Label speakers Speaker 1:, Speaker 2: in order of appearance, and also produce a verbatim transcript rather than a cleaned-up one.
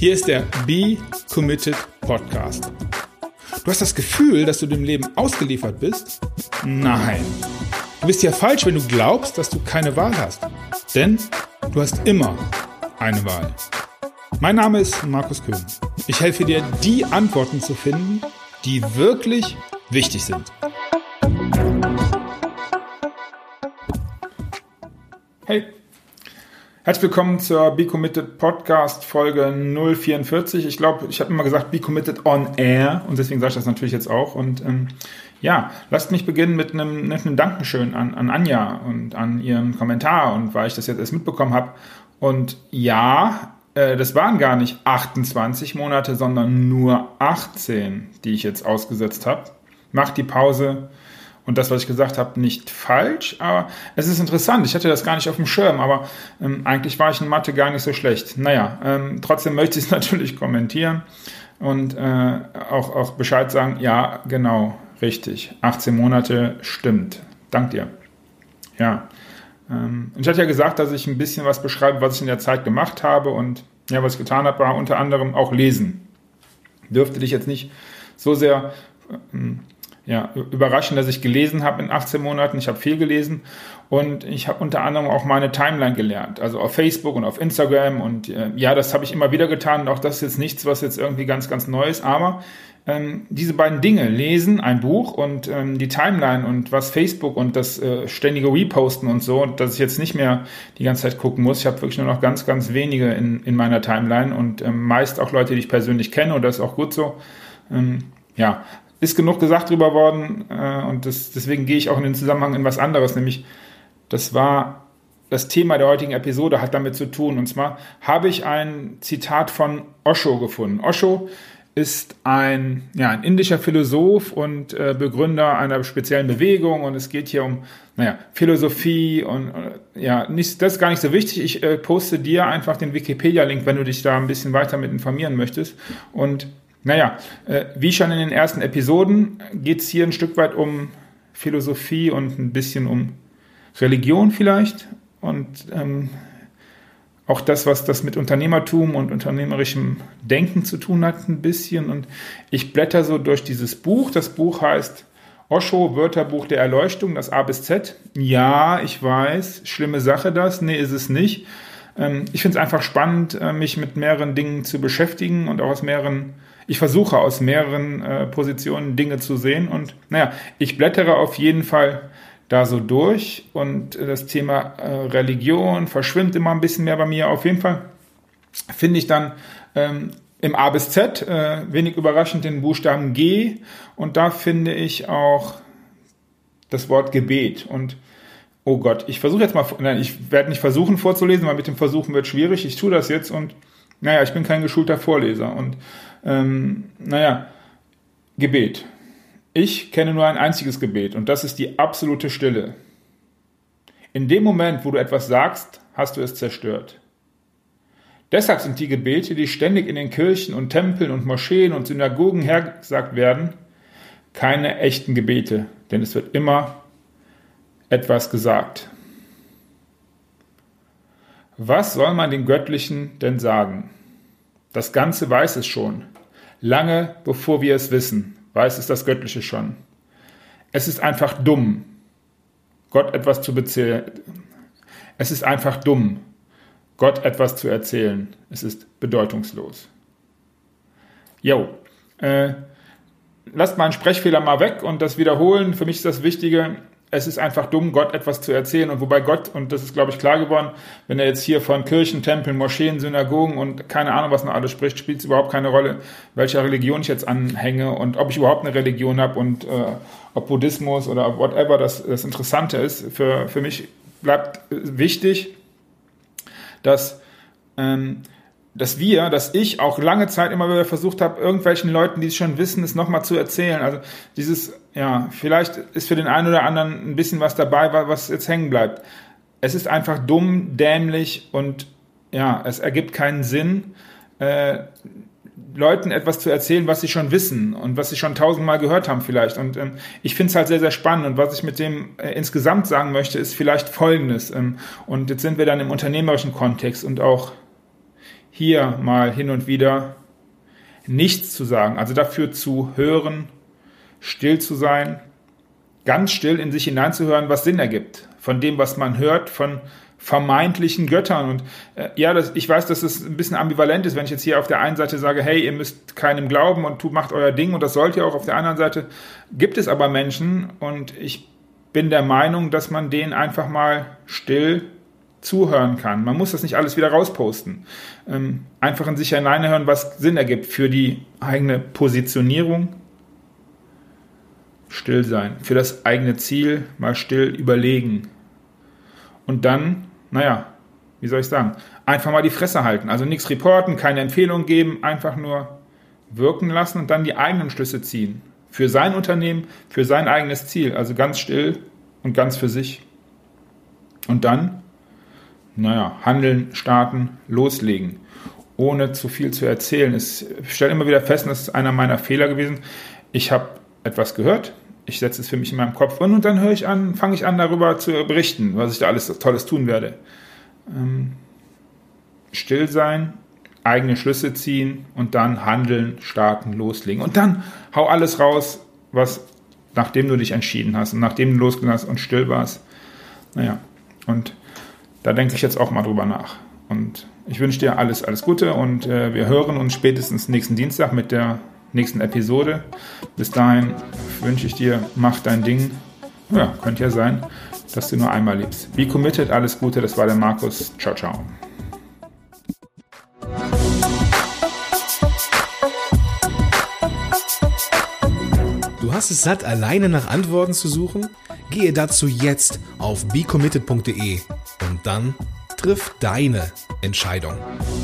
Speaker 1: Hier ist der Be Committed Podcast. Du hast das Gefühl, dass du dem Leben ausgeliefert bist? Nein. Du bist ja falsch, wenn du glaubst, dass du keine Wahl hast. Denn du hast immer eine Wahl. Mein Name ist Markus Köhn. Ich helfe dir, die Antworten zu finden, die wirklich wichtig sind. Hey, herzlich willkommen zur Be Committed Podcast Folge null vierundvierzig. Ich glaube, ich habe immer gesagt Be Committed on Air und deswegen sage ich das natürlich jetzt auch. Und ähm, ja, lasst mich beginnen mit einem, mit einem Dankeschön an, an Anja und an ihren Kommentar und weil ich das jetzt erst mitbekommen habe. Und ja, äh, das waren gar nicht achtundzwanzig Monate, sondern nur achtzehn, die ich jetzt ausgesetzt habe. Macht die Pause und das, was ich gesagt habe, nicht falsch, aber es ist interessant. Ich hatte das gar nicht auf dem Schirm, aber ähm, eigentlich war ich in Mathe gar nicht so schlecht. Naja, ähm, trotzdem möchte ich es natürlich kommentieren und äh, auch, auch Bescheid sagen, ja, genau, richtig, achtzehn Monate, stimmt. Dank dir. Ja, ähm, ich hatte ja gesagt, dass ich ein bisschen was beschreibe, was ich in der Zeit gemacht habe und ja, was ich getan habe, war unter anderem auch lesen. Dürfte dich jetzt nicht so sehr ähm, Ja, überraschend, dass ich gelesen habe in achtzehn Monaten. Ich habe viel gelesen und ich habe unter anderem auch meine Timeline gelernt, also auf Facebook und auf Instagram und äh, ja, das habe ich immer wieder getan und auch das ist jetzt nichts, was jetzt irgendwie ganz, ganz neu ist, aber ähm, diese beiden Dinge, lesen, ein Buch und ähm, die Timeline und was Facebook und das äh, ständige Reposten und so, und dass ich jetzt nicht mehr die ganze Zeit gucken muss. Ich habe wirklich nur noch ganz, ganz wenige in, in meiner Timeline und ähm, meist auch Leute, die ich persönlich kenne und das ist auch gut so. Ähm, ja, ist genug gesagt drüber worden äh, und das, deswegen gehe ich auch in den Zusammenhang in was anderes, nämlich das war das Thema der heutigen Episode, hat damit zu tun. Und zwar habe ich ein Zitat von Osho gefunden. Osho ist ein, ja, ein indischer Philosoph und äh, Begründer einer speziellen Bewegung und es geht hier um naja, Philosophie und äh, ja, nicht, das ist gar nicht so wichtig. Ich äh, poste dir einfach den Wikipedia-Link, wenn du dich da ein bisschen weiter mit informieren möchtest. Und Naja, äh, wie schon in den ersten Episoden geht es hier ein Stück weit um Philosophie und ein bisschen um Religion vielleicht und ähm, auch das, was das mit Unternehmertum und unternehmerischem Denken zu tun hat, ein bisschen. Und ich blätter so durch dieses Buch. Das Buch heißt Osho, Wörterbuch der Erleuchtung, das A bis Z. Ja, ich weiß, schlimme Sache das. Nee, ist es nicht. Ähm, ich finde es einfach spannend, äh, mich mit mehreren Dingen zu beschäftigen und auch aus mehreren Ich versuche aus mehreren äh, Positionen Dinge zu sehen und naja, ich blättere auf jeden Fall da so durch und äh, das Thema äh, Religion verschwimmt immer ein bisschen mehr bei mir. Auf jeden Fall finde ich dann ähm, im A bis Z äh, wenig überraschend den Buchstaben G und da finde ich auch das Wort Gebet und oh Gott, ich versuche jetzt mal, nein, ich werde nicht versuchen vorzulesen, weil mit dem Versuchen wird schwierig. Ich tue das jetzt und naja, ich bin kein geschulter Vorleser und ähm, naja, Gebet. Ich kenne nur ein einziges Gebet und das ist die absolute Stille. In dem Moment, wo du etwas sagst, hast du es zerstört. Deshalb sind die Gebete, die ständig in den Kirchen und Tempeln und Moscheen und Synagogen hergesagt werden, keine echten Gebete, denn es wird immer etwas gesagt. Was soll man den Göttlichen denn sagen? Das Ganze weiß es schon. Lange bevor wir es wissen, weiß es das Göttliche schon. Es ist einfach dumm, Gott etwas zu bezählen. Es ist einfach dumm, Gott etwas zu erzählen. Es ist bedeutungslos. Jo, äh, lasst mal einen Sprechfehler mal weg und das wiederholen. Für mich ist das Wichtige, es ist einfach dumm, Gott etwas zu erzählen. Und wobei Gott, und das ist, glaube ich, klar geworden, wenn er jetzt hier von Kirchen, Tempeln, Moscheen, Synagogen und keine Ahnung, was noch alles spricht, spielt es überhaupt keine Rolle, welcher Religion ich jetzt anhänge und ob ich überhaupt eine Religion habe und äh, ob Buddhismus oder whatever das, das Interessante ist. Für, für mich bleibt wichtig, dass ähm, dass wir, dass ich auch lange Zeit immer wieder versucht habe, irgendwelchen Leuten, die es schon wissen, es nochmal zu erzählen. Also dieses, ja, vielleicht ist für den einen oder anderen ein bisschen was dabei, was jetzt hängen bleibt. Es ist einfach dumm, dämlich und ja, es ergibt keinen Sinn, äh, Leuten etwas zu erzählen, was sie schon wissen und was sie schon tausendmal gehört haben vielleicht. Und ähm, ich finde es halt sehr, sehr spannend. Und was ich mit dem äh, insgesamt sagen möchte, ist vielleicht Folgendes. Ähm, und jetzt sind wir dann im unternehmerischen Kontext und auch hier mal hin und wieder nichts zu sagen, also dafür zu hören, still zu sein, ganz still in sich hineinzuhören, was Sinn ergibt, von dem, was man hört, von vermeintlichen Göttern. Und äh, ja, das, ich weiß, dass es ein bisschen ambivalent ist, wenn ich jetzt hier auf der einen Seite sage, hey, ihr müsst keinem glauben und tut, macht euer Ding und das sollt ihr auch. Auf der anderen Seite gibt es aber Menschen und ich bin der Meinung, dass man denen einfach mal still zuhören kann. Man muss das nicht alles wieder rausposten. Ähm, einfach in sich hineinhören, was Sinn ergibt für die eigene Positionierung. Still sein. Für das eigene Ziel mal still überlegen. Und dann, naja, wie soll ich sagen, einfach mal die Fresse halten. Also nichts reporten, keine Empfehlung geben, einfach nur wirken lassen und dann die eigenen Schlüsse ziehen. Für sein Unternehmen, für sein eigenes Ziel. Also ganz still und ganz für sich. Und dann, naja, handeln, starten, loslegen. Ohne zu viel zu erzählen. Ich stelle immer wieder fest, und das ist einer meiner Fehler gewesen, ich habe etwas gehört, ich setze es für mich in meinem Kopf und, und dann höre ich an, fange ich an, darüber zu berichten, was ich da alles Tolles tun werde. Ähm, still sein, eigene Schlüsse ziehen und dann handeln, starten, loslegen. Und dann hau alles raus, was nachdem du dich entschieden hast und nachdem du losgegangen hast und still warst. Naja, und da denke ich jetzt auch mal drüber nach. Und ich wünsche dir alles, alles Gute und äh, wir hören uns spätestens nächsten Dienstag mit der nächsten Episode. Bis dahin wünsche ich dir, mach dein Ding. Ja, könnte ja sein, dass du nur einmal lebst. Be committed, alles Gute, das war der Markus. Ciao, ciao.
Speaker 2: Du hast es satt, alleine nach Antworten zu suchen? Gehe dazu jetzt auf be committed punkt de und dann triff deine Entscheidung.